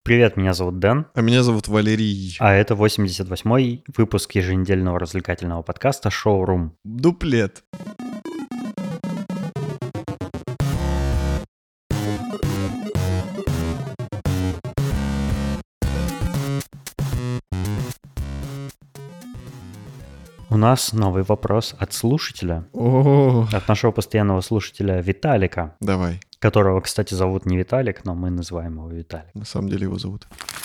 Привет, меня зовут Дэн, А меня зовут Валерий. а это 88-й выпуск еженедельного развлекательного подкаста «Шоурум». Дуплет. У нас новый вопрос от слушателя, О, от нашего постоянного слушателя Виталика, давай. которого, кстати, зовут не Виталик, но мы называем его Виталик. На самом деле его зовут.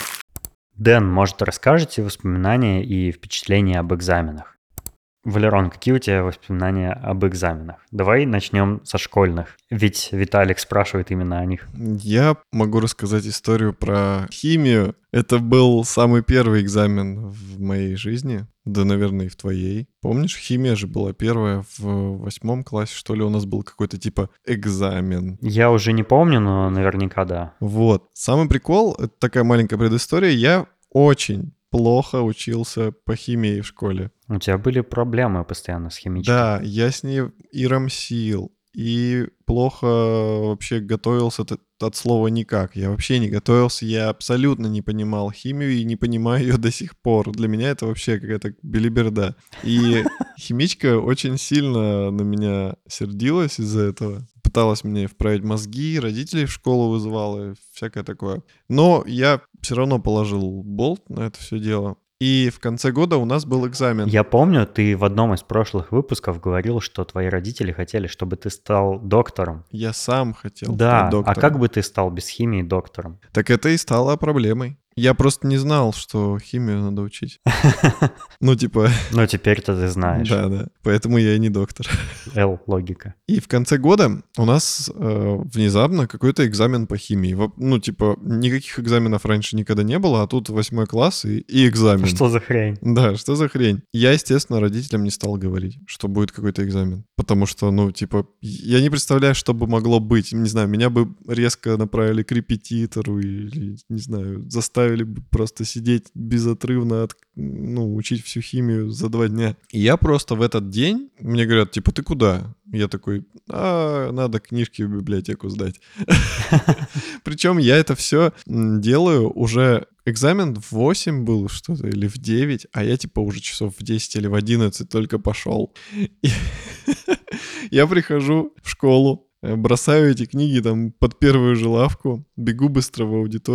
Дэн, может, расскажете воспоминания и впечатления об экзаменах? Валерон, какие у тебя воспоминания об экзаменах? Давай начнем со школьных, ведь Виталик спрашивает именно о них. Я могу рассказать историю про химию. Это был самый первый экзамен в моей жизни. Да, наверное, и в твоей. Помнишь, химия же была первая в 8 классе, что ли, у нас был какой-то типа экзамен. Я уже не помню, но наверняка да. Вот. Самый прикол, это такая маленькая предыстория, я очень плохо учился по химии в школе. У тебя были проблемы постоянно с химичкой. Да, я с ней и рамсил, и плохо вообще готовился от слова никак. Я вообще не готовился, я абсолютно не понимал химию и не понимаю ее до сих пор. Для меня это вообще какая-то белиберда. И химичка очень сильно на меня сердилась из-за этого. Пыталась мне вправить мозги, родителей в школу вызывала, и всякое такое. Но я все равно положил болт на это все дело. И в конце года у нас был экзамен. Я помню, ты в одном из прошлых выпусков говорил, что твои родители хотели, чтобы ты стал доктором. Я сам хотел Да, стать доктором. а как бы ты стал без химии доктором? Так это и стало проблемой. Я просто не знал, что химию надо учить. Ну, типа, Ну, теперь-то ты знаешь. да. Поэтому я и не доктор. Логика. И в конце года у нас внезапно какой-то экзамен по химии. Ну, типа, никаких экзаменов раньше никогда не было, а тут 8 класс и экзамен. Что за хрень? Да, что за хрень? Я, естественно, родителям не стал говорить, что будет какой-то экзамен. Потому что, ну, типа, я не представляю, что бы могло быть. Не знаю, меня бы резко направили к репетитору или, не знаю, заставили бы просто сидеть безотрывно, учить всю химию за 2 дня. И я просто в этот день, мне говорят, типа, ты куда? Я такой, надо книжки в библиотеку сдать. Причем я это все делаю уже... Экзамен в 8 был что-то или в 9, а я типа уже часов в 10 или в 11 только пошел. И я прихожу в школу, бросаю эти книги там под первую же лавку, бегу быстро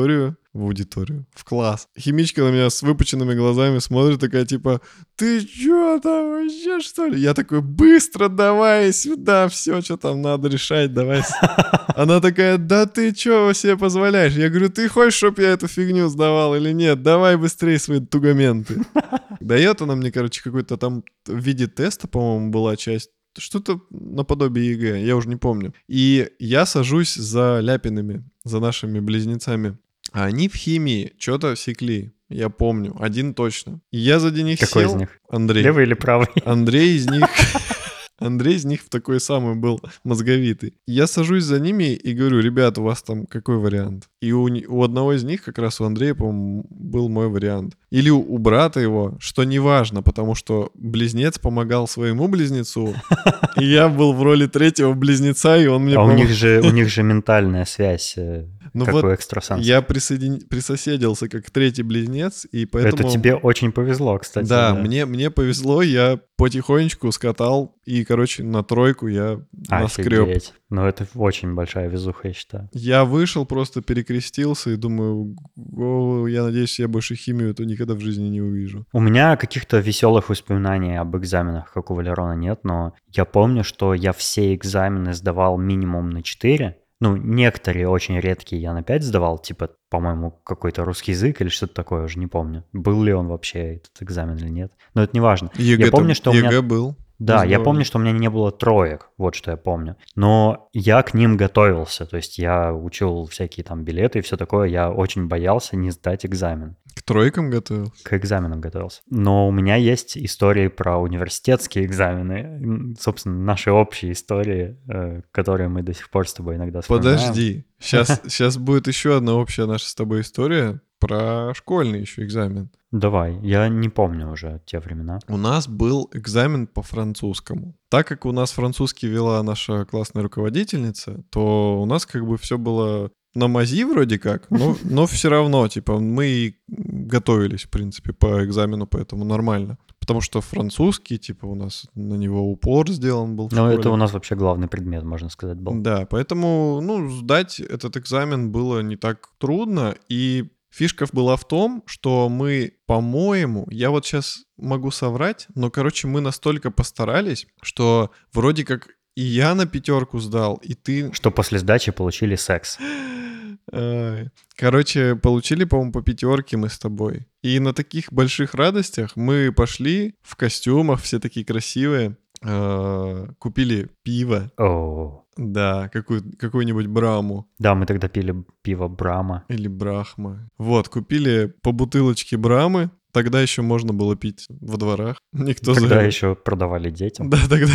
в класс. Химичка на меня с выпученными глазами смотрит, такая типа, ты чё там вообще, что ли? Я такой, быстро давай сюда, все, что там надо решать, давай. Она такая, да ты чё себе позволяешь? Я говорю, ты хочешь, чтобы я эту фигню сдавал или нет? Давай быстрее свои тугаменты. Дает она мне, короче, какой-то там в виде теста, по-моему, была часть. Что-то наподобие ЕГЭ, я уже не помню. И я сажусь за Ляпиными, за нашими близнецами. А они в химии что-то секли. Я помню, один точно. И я сзади них Какой сел. из них? Андрей. Левый или правый? Андрей из них в такой самый был мозговитый. Я сажусь за ними и говорю, ребят, у вас там какой вариант? И у одного из них, как раз у Андрея, по-моему, был мой вариант. Или у брата его, что не важно, потому что близнец помогал своему близнецу, и я был в роли третьего близнеца, и он мне А у помог. них же ментальная связь, Ну как вот у экстрасенсов. я присоседился как третий близнец, и поэтому... Это тебе очень повезло, кстати. Да, мне повезло, я потихонечку скатал, и, короче, на 3 я наскреб. Офигеть. Ну, это очень большая везуха, я считаю. Я вышел, просто перекрестился и думаю, я надеюсь, я больше химию то никогда в жизни не увижу. У меня каких-то веселых воспоминаний об экзаменах, как у Валерона, нет, но я помню, что я все экзамены сдавал минимум на 4. Ну, некоторые очень редкие я на 5 сдавал, типа, по-моему, какой-то русский язык или что-то такое, уже не помню. Был ли он вообще, этот экзамен, или нет. Но это не важно. Я помню, что у меня... ЕГЭ был. Да, я помню, что у меня не было 3, вот что я помню. Но я к ним готовился, то есть я учил всякие там билеты и все такое. Я очень боялся не сдать экзамен. К 3 готовился? К экзаменам готовился. Но у меня есть истории про университетские экзамены. Собственно, наши общие истории, которые мы до сих пор с тобой иногда вспоминаем. Подожди, сейчас будет еще одна общая наша с тобой история про школьный еще экзамен. Давай, я не помню уже те времена. У нас был экзамен по французскому. Так как у нас французский вела наша классная руководительница, то у нас как бы все было на мази вроде как, но все равно, типа, мы готовились, в принципе, по экзамену, поэтому нормально. Потому что французский, типа, у нас на него упор сделан был в Ну, школе. это у нас вообще главный предмет, можно сказать, был. Да, поэтому, сдать этот экзамен было не так трудно, и фишка была в том, что мы, по-моему, я вот сейчас могу соврать, но, короче, мы настолько постарались, что вроде как и я на 5 сдал, и ты... Что после сдачи получили секс. Короче, получили, по-моему, по 5 мы с тобой. И на таких больших радостях мы пошли в костюмах, все такие красивые, купили пиво. О, Да, какую-нибудь Браму. да, мы тогда пили пиво Брама. Или Брахма. Вот, купили по бутылочке Брамы. Тогда еще можно было пить во дворах. Никто Тогда еще продавали детям. Да, тогда...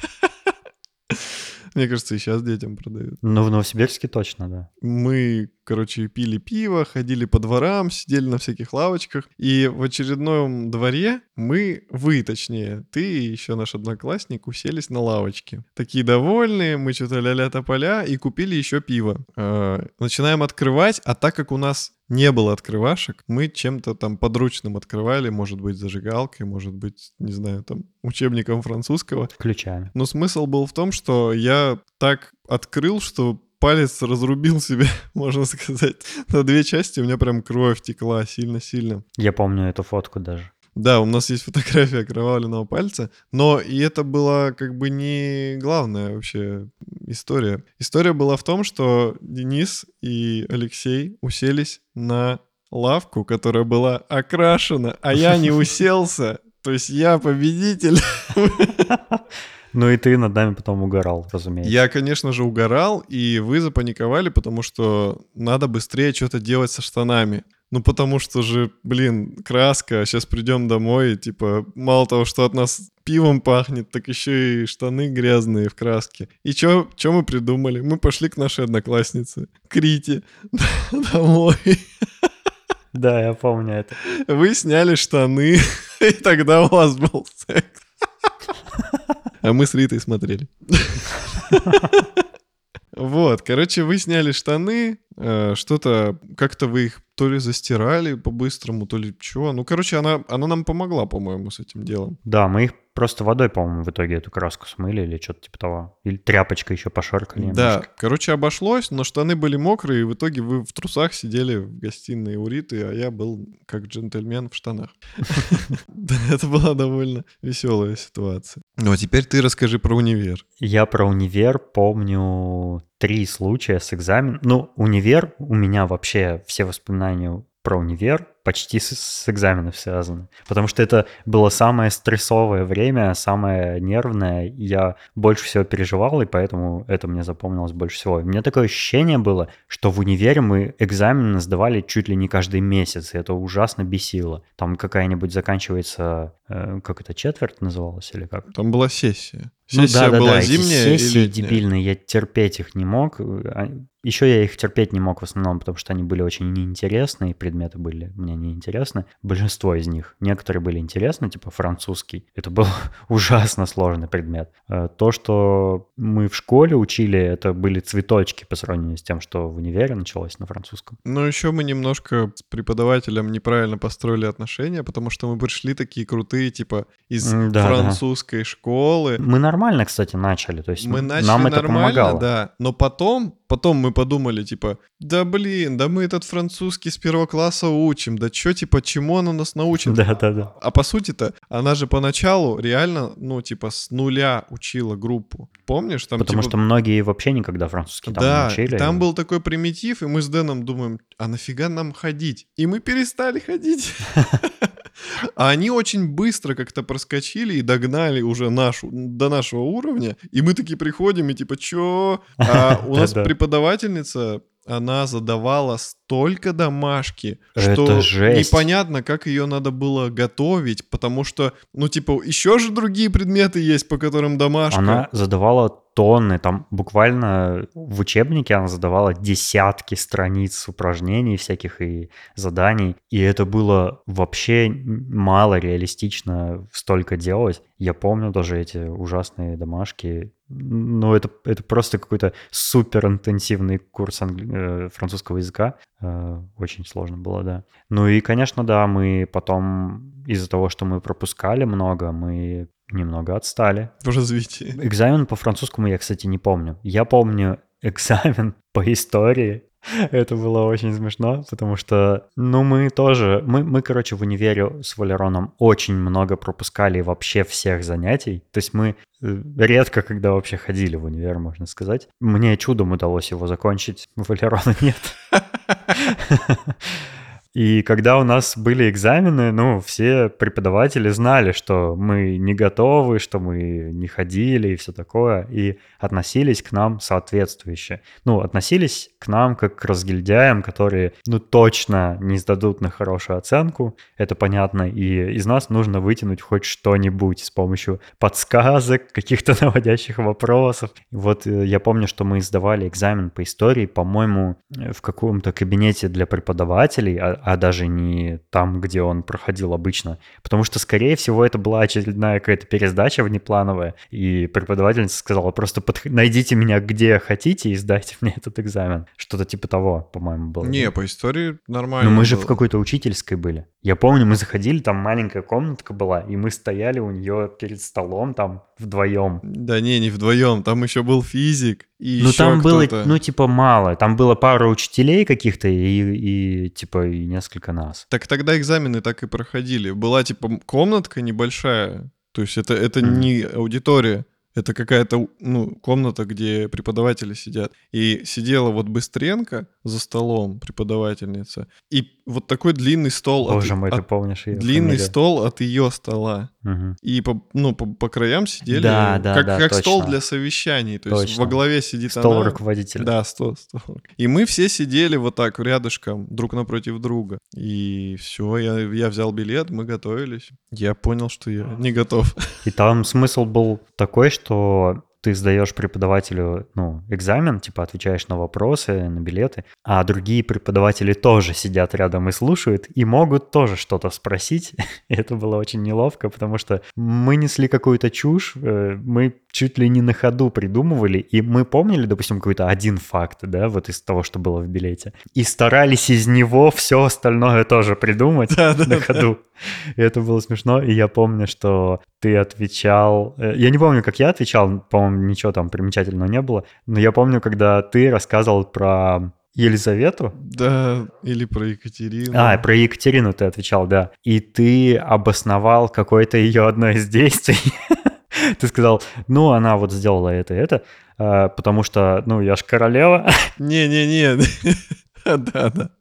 Мне кажется, и сейчас детям продают. Ну, в Новосибирске точно, да. Мы, короче, пили пиво, ходили по дворам, сидели на всяких лавочках. И в очередном дворе вы, точнее, ты и еще наш одноклассник уселись на лавочке. Такие довольные, мы что-то ля-ля тополя и купили еще пиво. Начинаем открывать, а так как у нас не было открывашек, мы чем-то там подручным открывали, может быть, зажигалкой, может быть, не знаю, там, учебником французского. Ключами. Но смысл был в том, что я так открыл, что палец разрубил себе, можно сказать, на 2 части. У меня прям кровь текла сильно-сильно. Я помню эту фотку даже. Да, у нас есть фотография окровавленного пальца, но и это была как бы не главная вообще история. История была в том, что Денис и Алексей уселись на лавку, которая была окрашена, а я не уселся. То есть я победитель. Ну и ты над нами потом угорал, разумеется. Я, конечно же, угорал, и вы запаниковали, потому что надо быстрее что-то делать со штанами. Ну, потому что же, краска, сейчас придем домой, типа, мало того, что от нас пивом пахнет, так еще и штаны грязные в краске. И что мы придумали? Мы пошли к нашей однокласснице, к Рите, домой. Да, я помню это. Вы сняли штаны, и тогда у вас был секс. А мы с Ритой смотрели. Вот, короче, вы сняли штаны, что-то, как-то вы их то ли застирали по-быстрому, то ли чего. Ну, короче, она нам помогла, по-моему, с этим делом. Да, мы их просто водой, по-моему, в итоге эту краску смыли или что-то типа того. Или тряпочкой еще пошоркали. Да, немножко. короче, обошлось, но штаны были мокрые, и в итоге вы в трусах сидели в гостиной у Риты, а я был как джентльмен в штанах. Это была довольно веселая ситуация. Ну, а теперь ты расскажи про универ. Я про универ помню 3 случая с экзаменом. Ну, универ, у меня вообще все воспоминания про универ почти с экзаменов связаны. Потому что это было самое стрессовое время, самое нервное. Я больше всего переживал, и поэтому это мне запомнилось больше всего. У меня такое ощущение было, что в универе мы экзамены сдавали чуть ли не каждый месяц, и это ужасно бесило. Там какая-нибудь заканчивается, как это, четверть называлась или как? Там была сессия. Ну, Сессия была эти зимняя сессии и летняя. дебильные, я терпеть их не мог. Еще я их терпеть не мог в основном, потому что они были очень неинтересные, предметы были мне неинтересны. Большинство из них. Некоторые были интересны, типа французский. Это был ужасно сложный предмет. То, что мы в школе учили, это были цветочки по сравнению с тем, что в универе началось на французском. Но еще мы немножко с преподавателем неправильно построили отношения, потому что мы пришли такие крутые, типа, из французской школы. Мы нормально, кстати, начали. То есть мы начали нам это нормально, помогало. Да. Но потом мы подумали, типа, да мы этот французский с 1 класса учим, да чё, типа, чему она нас научит? Да. А по сути-то, она же поначалу реально, с нуля учила группу. Помнишь? Там, потому что многие вообще никогда французский там не учили. Да, там был такой примитив, и мы с Дэном думаем, а нафига нам ходить? И мы перестали ходить. А они очень быстро как-то проскочили и догнали уже до нашего уровня. И мы такие приходим и типа, чё? А у нас преподавательница, она задавала столько домашки, что непонятно, как ее надо было готовить, потому что, еще же другие предметы есть, по которым домашка. Она задавала тонны, там буквально в учебнике она задавала десятки страниц упражнений всяких и заданий, и это было вообще мало реалистично столько делать. Я помню даже эти ужасные домашки. Ну, это просто какой-то супер интенсивный курс французского языка. Очень сложно было, да. Ну и, конечно, да, мы потом из-за того, что мы пропускали много, мы немного отстали. В развитии. Экзамен по французскому я, кстати, не помню. Я помню экзамен по истории. Это было очень смешно, потому что, ну, мы тоже, короче, в универе с Валероном очень много пропускали вообще всех занятий. То есть мы редко, когда вообще ходили в универ, можно сказать. Мне чудом удалось его закончить, Валерона нет. И когда у нас были экзамены, ну, все преподаватели знали, что мы не готовы, что мы не ходили и все такое, и относились к нам соответствующе. Ну, относились к нам как к разгильдяям, которые, ну, точно не сдадут на хорошую оценку, это понятно, и из нас нужно вытянуть хоть что-нибудь с помощью подсказок, каких-то наводящих вопросов. И вот я помню, что мы сдавали экзамен по истории, по-моему, в каком-то кабинете для преподавателей, а даже не там, где он проходил обычно. Потому что, скорее всего, это была очередная какая-то пересдача внеплановая, и преподавательница сказала, просто найдите меня где хотите и сдайте мне этот экзамен. Что-то типа того, по-моему, было. Не, да? по истории нормально. Но мы же было. в какой-то учительской были. Я помню, мы заходили, там маленькая комнатка была, и мы стояли у нее перед столом там вдвоем. Да не вдвоем, там еще был физик и Ну, еще там было, кто-то. ну, типа, мало. Там было пара учителей каких-то типа, и несколько нас. Так тогда экзамены так и проходили. Была, типа, комнатка небольшая, то есть это не аудитория. Это какая-то, ну, комната, где преподаватели сидят. И сидела вот Быстренко за столом, преподавательница. И вот такой длинный стол. Боже мой, ты помнишь ее длинный фамилию? стол от ее стола. Угу. И по краям сидели, Да, как точно. стол для совещаний. То есть Точно. во главе сидит Стол она. руководителя. Да, стол. И мы все сидели вот так рядышком, друг напротив друга. И все, я взял билет, мы готовились. Я понял, что я не готов. И там смысл был такой, что ты сдаешь преподавателю, ну, экзамен, типа отвечаешь на вопросы, на билеты, а другие преподаватели тоже сидят рядом и слушают, и могут тоже что-то спросить. И это было очень неловко, потому что мы несли какую-то чушь, мы чуть ли не на ходу придумывали, и мы помнили, допустим, какой-то один факт, да, вот из того, что было в билете, и старались из него все остальное тоже придумать на ходу. И это было смешно, и я помню, что ты отвечал... Я не помню, как я отвечал, по-моему, ничего там примечательного не было, но я помню, когда ты рассказывал про Елизавету. Да, или про Екатерину. Про Екатерину ты отвечал, да. И ты обосновал какое-то ее одно из действий. Ты сказал, ну, она вот сделала это и это, потому что, ну, я ж королева. Не. Да.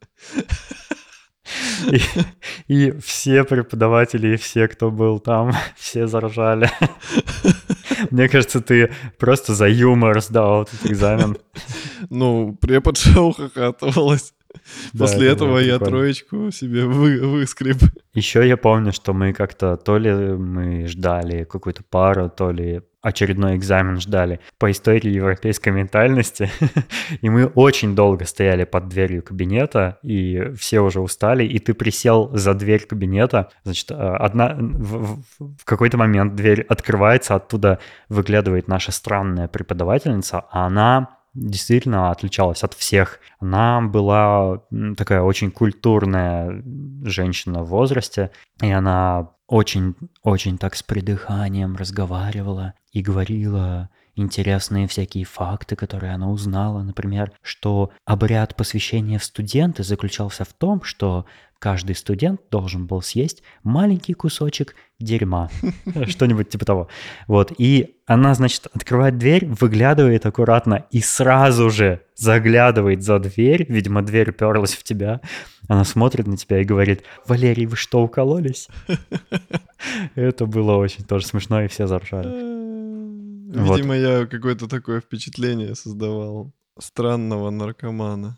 И все преподаватели, и все, кто был там, все заржали. Мне кажется, ты просто за юмор сдал этот экзамен. Ну, преподша ухахатывалась. Да, После это было этого я прикольно. 3 себе выскреб. Еще я помню, что мы как-то то ли мы ждали какую-то пару, то ли очередной экзамен ждали по истории европейской ментальности. И мы очень долго стояли под дверью кабинета, и все уже устали, и ты присел за дверь кабинета. Значит, в какой-то момент дверь открывается, оттуда выглядывает наша странная преподавательница, а она действительно отличалась от всех. Она была такая очень культурная женщина в возрасте, и она очень так с придыханием разговаривала и говорила интересные всякие факты, которые она узнала. Например, что обряд посвящения в студенты заключался в том, что каждый студент должен был съесть маленький кусочек дерьма. Что-нибудь типа того. Вот. И она, значит, открывает дверь, выглядывает аккуратно и сразу же заглядывает за дверь. Видимо, дверь уперлась в тебя. Она смотрит на тебя и говорит: «Валерий, вы что, укололись?» Это было очень тоже смешно, и все заржали. Видимо, я какое-то такое впечатление создавал. Странного наркомана.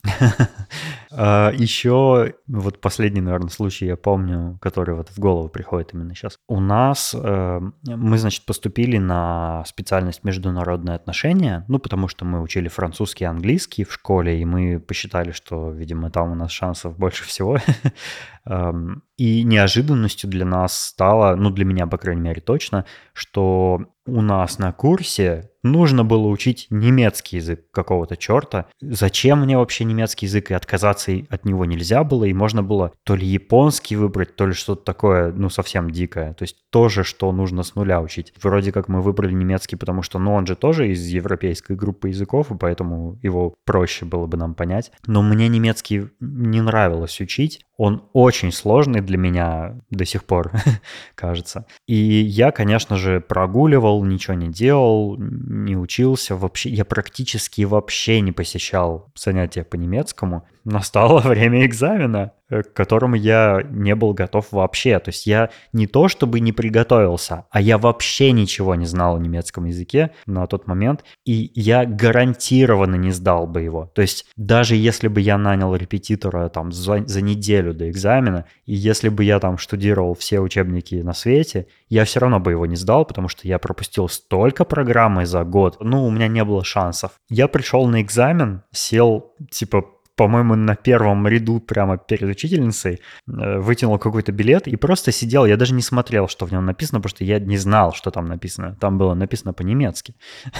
Еще вот последний, наверное, случай я помню, который вот в голову приходит именно сейчас. У нас мы, значит, поступили на специальность международные отношения, ну, потому что мы учили французский и английский в школе, и мы посчитали, что, видимо, там у нас шансов больше всего. И неожиданностью для нас стало, ну, для меня, по крайней мере, точно, что у нас на курсе нужно было учить немецкий язык какого-то черта. Зачем мне вообще немецкий язык? И отказаться от него нельзя было, и можно было то ли японский выбрать, то ли что-то такое, ну, совсем дикое. То есть тоже, что нужно с нуля учить. Вроде как мы выбрали немецкий, потому что, ну, он же тоже из европейской группы языков, и поэтому его проще было бы нам понять. Но мне немецкий не нравилось учить. Он очень сложный для меня до сих пор, кажется. И я, конечно же, прогуливал, ничего не делал, не учился вообще. Я практически вообще не посещал занятия по немецкому. Настало время экзамена, к которому я не был готов вообще. То есть я не то чтобы не приготовился, а я вообще ничего не знал о немецком языке на тот момент, и я гарантированно не сдал бы его. То есть даже если бы я нанял репетитора там за неделю до экзамена, и если бы я там штудировал все учебники на свете, я все равно бы его не сдал, потому что я пропустил столько программы за год. Ну, у меня не было шансов. Я пришел на экзамен, сел, типа, по-моему, на первом ряду прямо перед учительницей, вытянул какой-то билет и просто сидел. Я даже не смотрел, что в нем написано, потому что я не знал, что там написано. Там было написано по-немецки.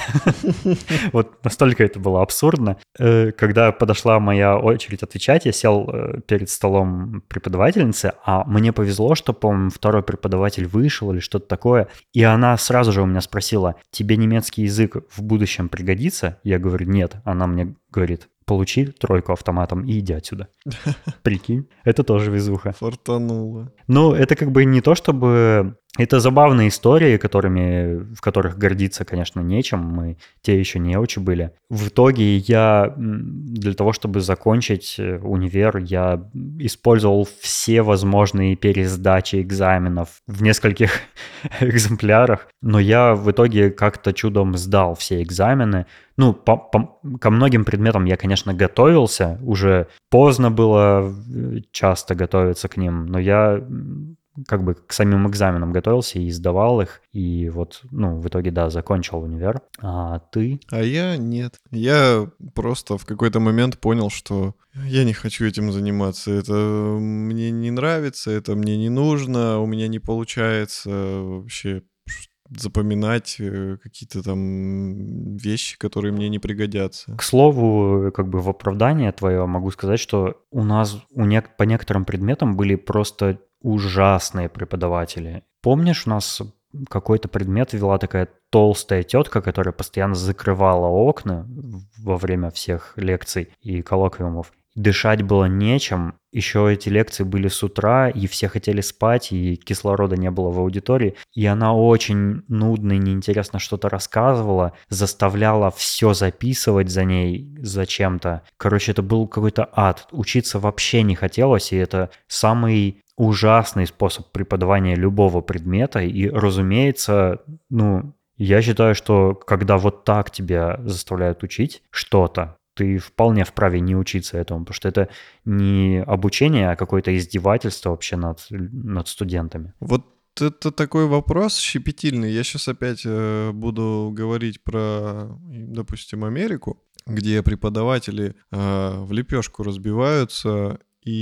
Вот настолько это было абсурдно. Когда подошла моя очередь отвечать, я сел перед столом преподавательницы, а мне повезло, что, по-моему, второй преподаватель вышел или что-то такое, и она сразу же у меня спросила: тебе немецкий язык в будущем пригодится? Я говорю: нет. Она мне говорит: получи тройку автоматом и иди отсюда. Прикинь, это тоже везуха. Фартануло. Ну, это как бы не то, чтобы... Это забавные истории, в которых гордиться, конечно, нечем. Мы те еще неучи были. В итоге я для того, чтобы закончить универ, я использовал все возможные пересдачи экзаменов в нескольких экземплярах. Но я в итоге как-то чудом сдал все экзамены. Ну, ко многим предметам я, конечно, готовился. Уже поздно было часто готовиться к ним, но я как бы к самим экзаменам готовился и сдавал их. И вот, ну, в итоге, да, закончил универ. А ты? А я нет. Я просто в какой-то момент понял, что я не хочу этим заниматься. Это мне не нравится, это мне не нужно, у меня не получается вообще запоминать какие-то там вещи, которые мне не пригодятся. К слову, как бы в оправдание твое могу сказать, что у нас по некоторым предметам были просто ужасные преподаватели. Помнишь, у нас какой-то предмет вела такая толстая тетка, которая постоянно закрывала окна во время всех лекций и коллоквиумов. Дышать было нечем, еще эти лекции были с утра, и все хотели спать, и кислорода не было в аудитории. И она очень нудно и неинтересно что-то рассказывала, заставляла все записывать за ней зачем-то. Короче, это был какой-то ад. Учиться вообще не хотелось, и это самый ужасный способ преподавания любого предмета. И, разумеется, ну, я считаю, что когда вот так тебя заставляют учить что-то, ты вполне вправе не учиться этому, потому что это не обучение, а какое-то издевательство вообще над студентами. Вот это такой вопрос щепетильный. Я сейчас опять буду говорить про, допустим, Америку, где преподаватели в лепешку разбиваются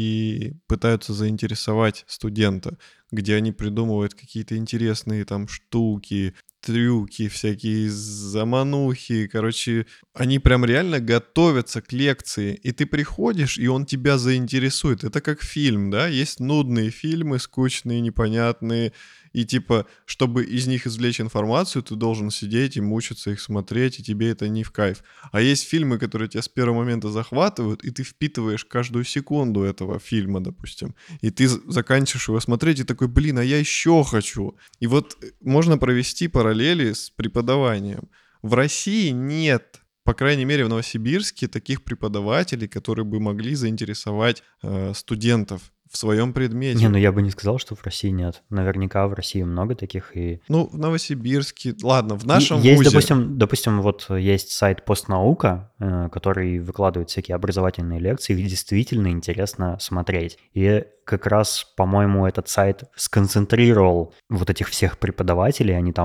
и пытаются заинтересовать студента, где они придумывают какие-то интересные там штуки, трюки, всякие заманухи, короче, они прям реально готовятся к лекции, и ты приходишь, и он тебя заинтересует. Это как фильм, да, есть нудные фильмы, скучные, непонятные, и типа, чтобы из них извлечь информацию, ты должен сидеть и мучиться их смотреть, и тебе это не в кайф. А есть фильмы, которые тебя с первого момента захватывают, и ты впитываешь каждую секунду этого фильма, допустим, и ты заканчиваешь его смотреть, и такой: блин, а я еще хочу. И вот можно провести параллели с преподаванием. В России нет, по крайней мере в Новосибирске, таких преподавателей, которые бы могли заинтересовать студентов в своем предмете. Не, ну я бы не сказал, что в России нет. Наверняка в России много таких. И... Ну, в Новосибирске, ладно, в нашем есть, вузе. допустим, вот есть сайт «Постнаука», который выкладывает всякие образовательные лекции, их действительно интересно смотреть. И как раз, по-моему, этот сайт сконцентрировал вот этих всех преподавателей, они там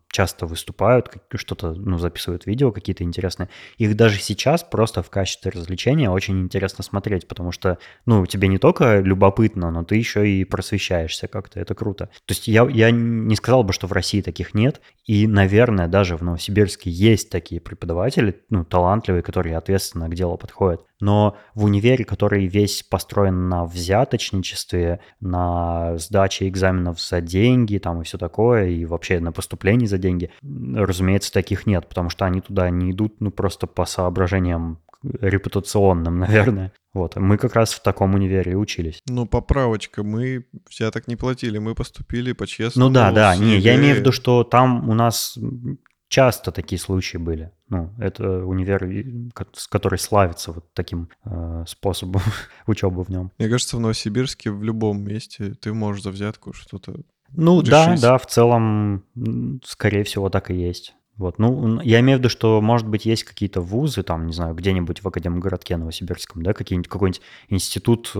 часто выступают, что-то, ну, записывают видео какие-то интересные. Их даже сейчас просто в качестве развлечения очень интересно смотреть, потому что, ну, тебе не только любопытно, но ты еще и просвещаешься как-то, это круто. То есть я не сказал бы, что в России таких нет, и, наверное, даже в Новосибирске есть такие преподаватели, ну, талантливые, которые ответственно к делу подходят. Но в универе, который весь построен на взяточничестве, на сдаче экзаменов за деньги там и все такое, и вообще на поступлении за деньги, разумеется, таких нет, потому что они туда не идут, ну, просто по соображениям репутационным, наверное. Вот, мы как раз в таком универе и учились. Ну, поправочка, мы взяток не платили, мы поступили Ну по-честному да, с не, я имею в виду, ЕГЭ. что там у нас часто такие случаи были. Ну, это универ, который славится вот таким способом учебы в нем. Мне кажется, в Новосибирске в любом месте ты можешь за взятку что-то Ну решить. да, в целом, скорее всего, так и есть. Вот. Ну, я имею в виду, что, может быть, есть какие-то вузы, там, не знаю, где-нибудь в Академгородке Новосибирском, да, какой-нибудь институт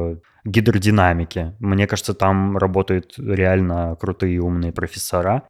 гидродинамики. Мне кажется, там работают реально крутые умные профессора,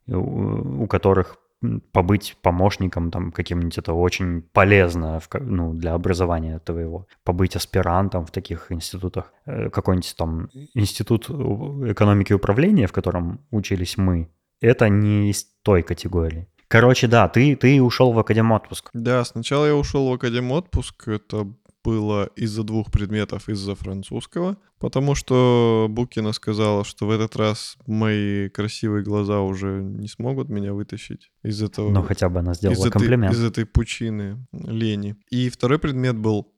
у которых побыть помощником там каким-нибудь это очень полезно ну, для образования твоего. Побыть аспирантом в таких институтах. Какой-нибудь там институт экономики и управления, в котором учились мы, это не из той категории. Короче, да, ты ушел в академотпуск. Да, сначала я ушел в академотпуск, это было из-за 2 предметов, из-за французского, потому что Букина сказала, что в этот раз мои красивые глаза уже не смогут меня вытащить из этого. Но хотя бы она сделала комплимент. Из этой пучины лени. И второй предмет был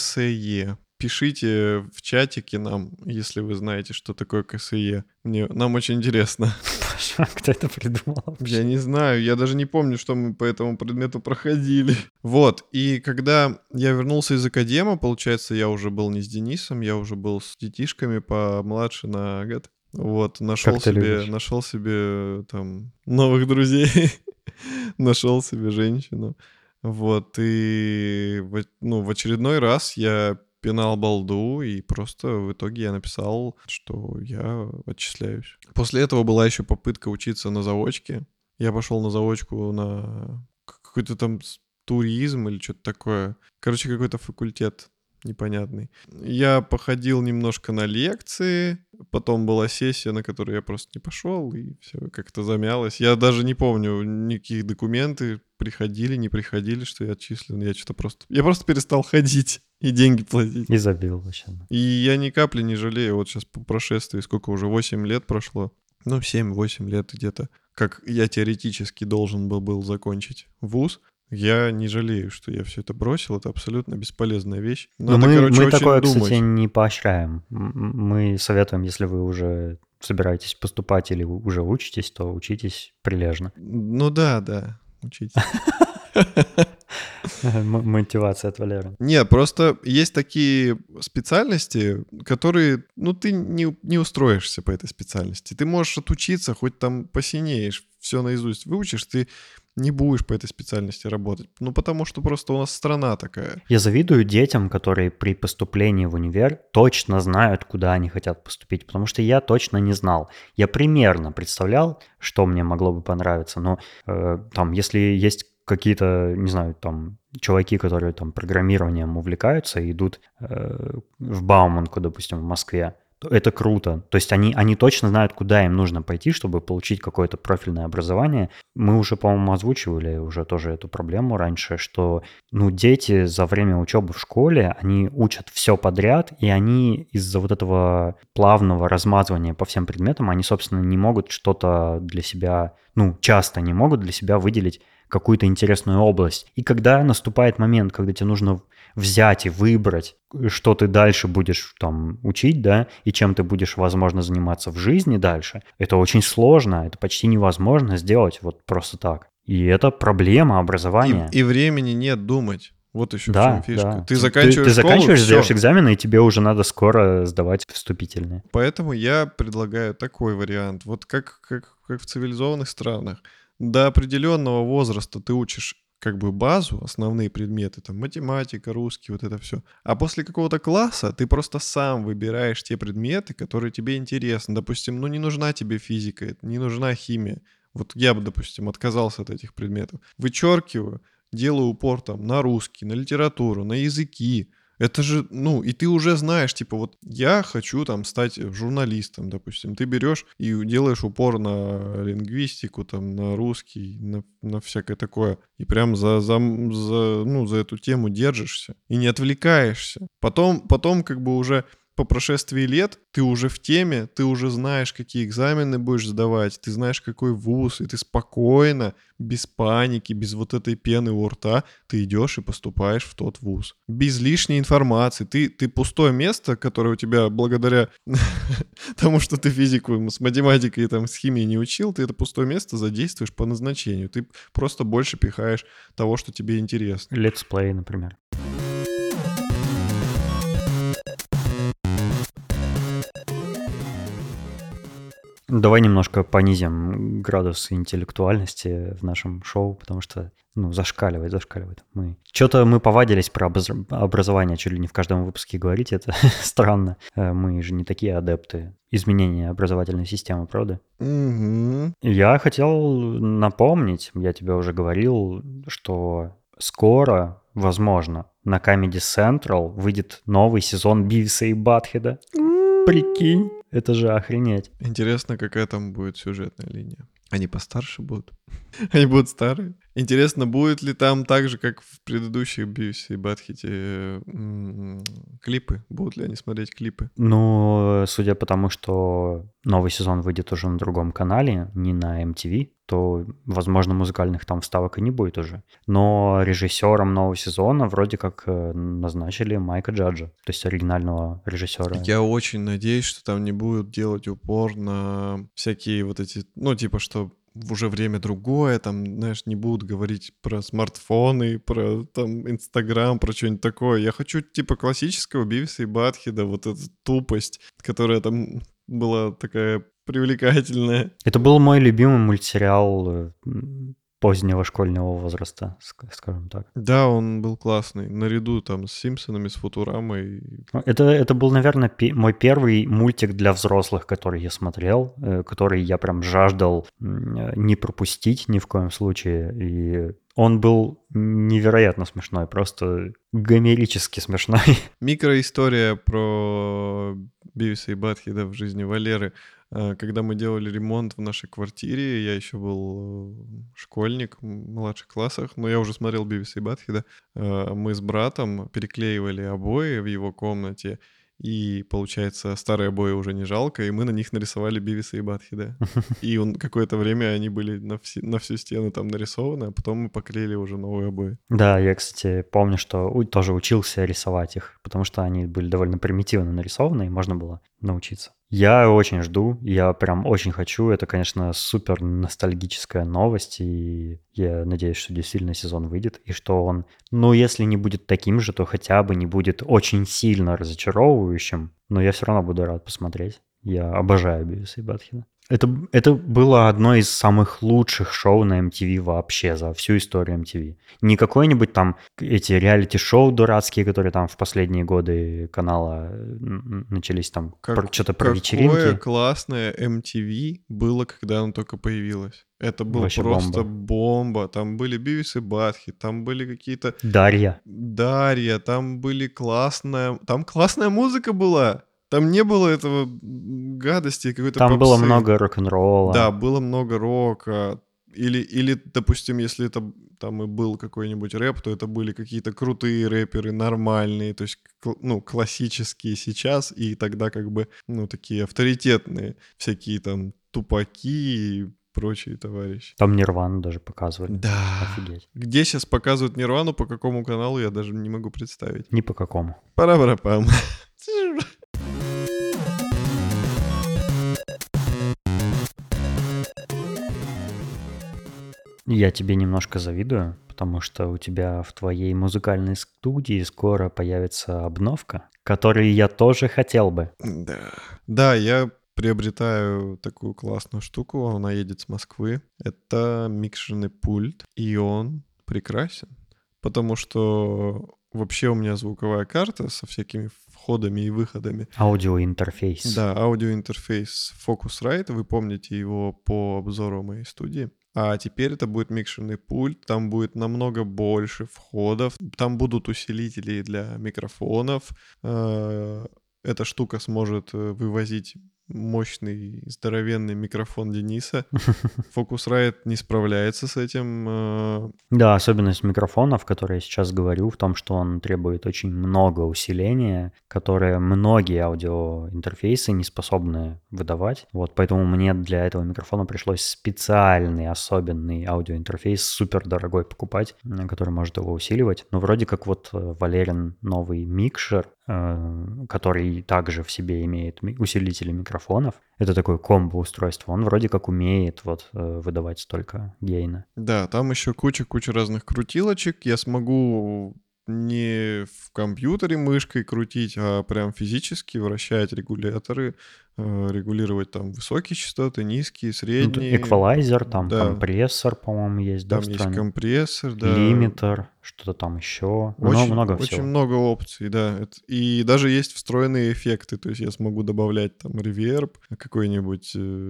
КСЕ. Пишите в чатике нам, если вы знаете, что такое КСЕ. Нам очень интересно. Кто это придумал вообще? Я не знаю, я даже не помню, что мы по этому предмету проходили. Вот, и когда я вернулся из академа, получается, я уже был не с Денисом, я уже был с детишками помладше на год. Вот, нашел себе там новых друзей, нашел себе женщину. Вот, и в очередной раз я пинал балду, и просто в итоге я написал, что я отчисляюсь. После этого была еще попытка учиться на заочке. Я пошел на заочку на какой-то там туризм или что-то такое. Короче, какой-то факультет непонятный. Я походил немножко на лекции, потом была сессия, на которую я просто не пошел, и все как-то замялось. Я даже не помню, никаких документы приходили, не приходили, что я отчислен. Я просто перестал ходить и деньги платить. И забил вообще. И я ни капли не жалею. Вот сейчас по прошествии, сколько уже, 8 лет прошло. Ну, 7-8 лет где-то. Как я теоретически должен был закончить вуз. Я не жалею, что я все это бросил. Это абсолютно бесполезная вещь. Но мы такое, кстати, не поощряем. Мы советуем, если вы уже собираетесь поступать или уже учитесь, то учитесь прилежно. Ну да, учитесь. Мотивация от Валеры. Нет, просто есть такие специальности, которые, ты не устроишься по этой специальности. Ты можешь отучиться, хоть там посинеешь, все наизусть выучишь, ты не будешь по этой специальности работать. Потому что просто у нас страна такая. Я завидую детям, которые при поступлении в универ точно знают, куда они хотят поступить, потому что я точно не знал. Я примерно представлял, что мне могло бы понравиться, но там, если есть какие-то, не знаю, там, чуваки, которые там программированием увлекаются и идут в Бауманку, допустим, в Москве, то это круто. То есть они точно знают, куда им нужно пойти, чтобы получить какое-то профильное образование. Мы уже, по-моему, озвучивали уже тоже эту проблему раньше, что дети за время учебы в школе, они учат все подряд, и они из-за вот этого плавного размазывания по всем предметам, они, собственно, не могут что-то для себя, часто не могут для себя выделить какую-то интересную область. И когда наступает момент, когда тебе нужно взять и выбрать, что ты дальше будешь там учить, да, и чем ты будешь, возможно, заниматься в жизни дальше, это очень сложно, это почти невозможно сделать вот просто так. И это проблема образования. И времени нет думать. Вот еще в чем фишка. Да. Ты заканчиваешь школу, заканчиваешь, сдаешь экзамены, и тебе уже надо скоро сдавать вступительные. Поэтому я предлагаю такой вариант. Вот как в цивилизованных странах. До определенного возраста ты учишь как бы базу, основные предметы, там математика, русский, вот это все. А после какого-то класса ты просто сам выбираешь те предметы, которые тебе интересны. Допустим, не нужна тебе физика, не нужна химия. Вот я бы, допустим, отказался от этих предметов. Вычеркиваю, делаю упор там на русский, на литературу, на языки. Это же, ну, и ты уже знаешь, типа, вот я хочу там стать журналистом, допустим. Ты берешь и делаешь упор на лингвистику, там, на русский, на всякое такое. И прям за эту тему держишься и не отвлекаешься. Потом как бы уже по прошествии лет ты уже в теме, ты уже знаешь, какие экзамены будешь сдавать, ты знаешь, какой вуз, и ты спокойно, без паники, без вот этой пены у рта, ты идешь и поступаешь в тот вуз. Без лишней информации. Ты пустое место, которое у тебя благодаря тому, что ты физику с математикой и там с химией не учил, ты это пустое место задействуешь по назначению. Ты просто больше пихаешь того, что тебе интересно. Летсплей, например. Давай немножко понизим градус интеллектуальности в нашем шоу, потому что, зашкаливает. Что-то мы повадились про образование чуть ли не в каждом выпуске говорить, это странно. Мы же не такие адепты изменения образовательной системы, правда? Угу. Я хотел напомнить, я тебе уже говорил, что скоро, возможно, на Comedy Central выйдет новый сезон Бивиса и Батхеда. Прикинь, это же охренеть. Интересно, какая там будет сюжетная линия. Они постарше будут? Они будут старые? Интересно, будет ли там так же, как в предыдущих Бивисе и Батхете, клипы? Будут ли они смотреть клипы? Ну, судя по тому, что новый сезон выйдет уже на другом канале, не на MTV, то, возможно, музыкальных там вставок и не будет уже. Но режиссером нового сезона вроде как назначили Майка Джаджа, то есть оригинального режиссера. Я очень надеюсь, что там не будут делать упор на всякие вот эти, типа, что уже время другое, там, знаешь, не будут говорить про смартфоны, про там Инстаграм, про что-нибудь такое. Я хочу типа классического Бивиса и Батхеда, вот эту тупость, которая там была такая привлекательная. Это был мой любимый мультсериал позднего школьного возраста, скажем так. Да, он был классный, наряду там с Симпсонами, с Футурамой. Это был, наверное, мой первый мультик для взрослых, который я смотрел, который я прям жаждал не пропустить ни в коем случае. И он был невероятно смешной, просто гомерически смешной. Микроистория про Бивиса и Батхеда в жизни Валеры. Когда мы делали ремонт в нашей квартире, я еще был школьник в младших классах, но я уже смотрел Бивиса и Батхеда. Мы с братом переклеивали обои в его комнате, и, получается, старые обои уже не жалко, и мы на них нарисовали Бивиса и Батхеда. И какое-то время они были на всю стену там нарисованы, а потом мы поклеили уже новые обои. Да, я, кстати, помню, что тоже учился рисовать их, потому что они были довольно примитивно нарисованы, и можно было научиться. Я очень жду, я прям очень хочу. Это, конечно, супер ностальгическая новость, и я надеюсь, что действительно сезон выйдет, и что он, если не будет таким же, то хотя бы не будет очень сильно разочаровывающим, но я все равно буду рад посмотреть. Я обожаю Бивиса и Батхеда. Это было одно из самых лучших шоу на MTV вообще за всю историю MTV. Не какое-нибудь там эти реалити-шоу дурацкие, которые там в последние годы канала начались там что-то про вечеринки. Какое классное MTV было, когда оно только появилось. Это было вообще просто бомба. Там были Бивис и Батхед, там были какие-то... Дарья, там были классная... Там классная музыка была. Там не было этого гадости какой-то там попсы. было много рок-н-ролла. Да, было много рока. Или, допустим, если это там и был какой-нибудь рэп, то это были какие-то крутые рэперы, нормальные, то есть, классические сейчас, и тогда как бы, такие авторитетные, всякие там Тупаки и прочие товарищи. Там Нирвану даже показывали. Да. Офигеть. Где сейчас показывают Нирвану, по какому каналу, я даже не могу представить. Ни по какому. Пара-пара-пам. Я тебе немножко завидую, потому что у тебя в твоей музыкальной студии скоро появится обновка, которую я тоже хотел бы. Да, я приобретаю такую классную штуку, она едет с Москвы. Это микшерный пульт, и он прекрасен, потому что вообще у меня звуковая карта со всякими входами и выходами. Аудиоинтерфейс. Да, аудиоинтерфейс Focusrite, вы помните его по обзору моей студии. А теперь это будет микшерный пульт, там будет намного больше входов, там будут усилители для микрофонов. Эта штука сможет вывозить мощный, здоровенный микрофон Дениса. Focusrite не справляется с этим. Да, особенность микрофона, в которой я сейчас говорю, в том, что он требует очень много усиления, которое многие аудиоинтерфейсы не способны выдавать. Вот, поэтому мне для этого микрофона пришлось специальный, особенный аудиоинтерфейс, супер дорогой покупать, который может его усиливать. Но вроде как вот Валерин новый микшер, который также в себе имеет усилители микрофонов. Это такое комбо-устройство. Он вроде как умеет вот выдавать столько гейна. Да, там еще куча разных крутилочек. Я смогу не в компьютере мышкой крутить, а прям физически вращать регуляторы, регулировать там высокие частоты, низкие, средние. Эквалайзер, там компрессор, по-моему, есть. Там есть компрессор, да. Лимитер, что-то там еще. Много всего. Очень много опций, да. И даже есть встроенные эффекты. То есть я смогу добавлять там реверб, какой-нибудь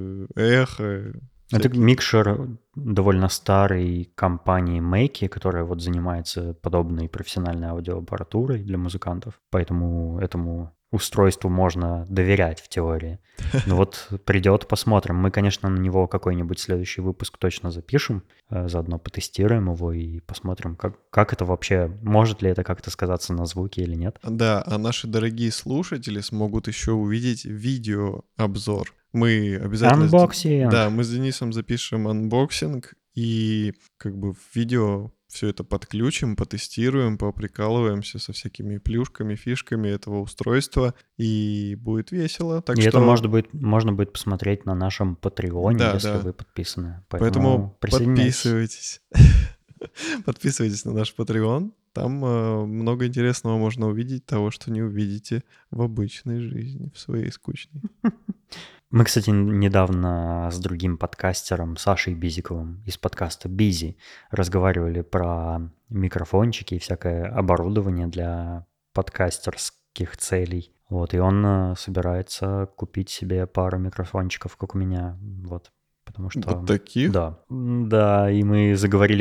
эхо. Это микшер довольно старой компании Make, которая вот занимается подобной профессиональной аудиоаппаратурой для музыкантов. Поэтому этому устройству можно доверять в теории. Но вот придет, посмотрим. Мы, конечно, на него какой-нибудь следующий выпуск точно запишем, заодно потестируем его и посмотрим, как это вообще, может ли это как-то сказаться на звуке или нет. Да, а наши дорогие слушатели смогут еще увидеть видеообзор. Мы обязательно... Анбоксинг! Да, мы с Денисом запишем анбоксинг и как бы в видео все это подключим, потестируем, поприкалываемся со всякими плюшками, фишками этого устройства, и будет весело. Так что... это можно будет посмотреть на нашем Патреоне, если вы подписаны. Поэтому подписывайтесь. Подписывайтесь на наш Patreon. Там много интересного можно увидеть, того, что не увидите в обычной жизни, в своей скучной. Мы, кстати, недавно с другим подкастером, Сашей Бизиковым из подкаста «Бизи», разговаривали про микрофончики и всякое оборудование для подкастерских целей. Вот, и он собирается купить себе пару микрофончиков, как у меня, вот. Потому что... Вот таких? Да, и мы заговорили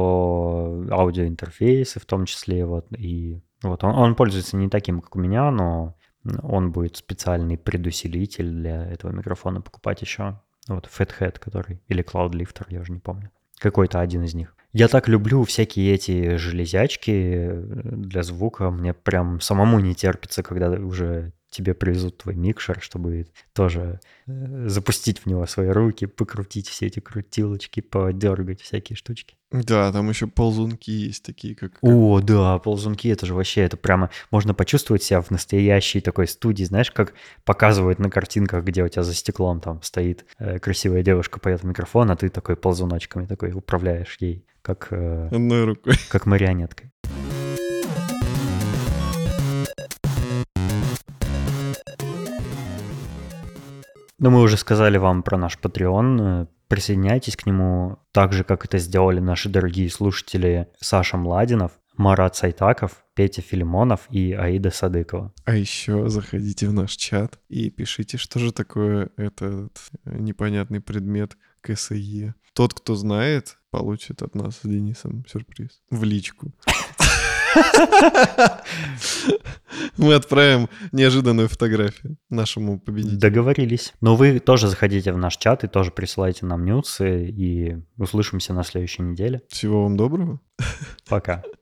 про аудиоинтерфейсы в том числе, вот, и вот он пользуется не таким, как у меня, но он будет специальный предусилитель для этого микрофона покупать еще. Вот Fathead, который, или Cloudlifter, я уже не помню. Какой-то один из них. Я так люблю всякие эти железячки для звука, мне прям самому не терпится, когда уже тебе привезут твой микшер, чтобы тоже запустить в него свои руки, покрутить все эти крутилочки, подергать всякие штучки. Да, там еще ползунки есть такие, как... О, да, ползунки, это же вообще, это прямо можно почувствовать себя в настоящей такой студии, знаешь, как показывают на картинках, где у тебя за стеклом там стоит красивая девушка, поет в микрофон, а ты такой ползуночками такой управляешь ей, как... одной рукой. Как марионеткой. Ну, мы уже сказали вам про наш Patreon. Присоединяйтесь к нему так же, как это сделали наши дорогие слушатели Саша Младинов, Марат Сайтаков, Петя Филимонов и Аида Садыкова. А еще заходите в наш чат и пишите, что же такое этот непонятный предмет КСЕ. Тот, кто знает, получит от нас с Денисом сюрприз. В личку. Мы отправим неожиданную фотографию нашему победителю. Договорились. Но вы тоже заходите в наш чат и тоже присылайте нам нюцы, и услышимся на следующей неделе. Всего вам доброго. Пока.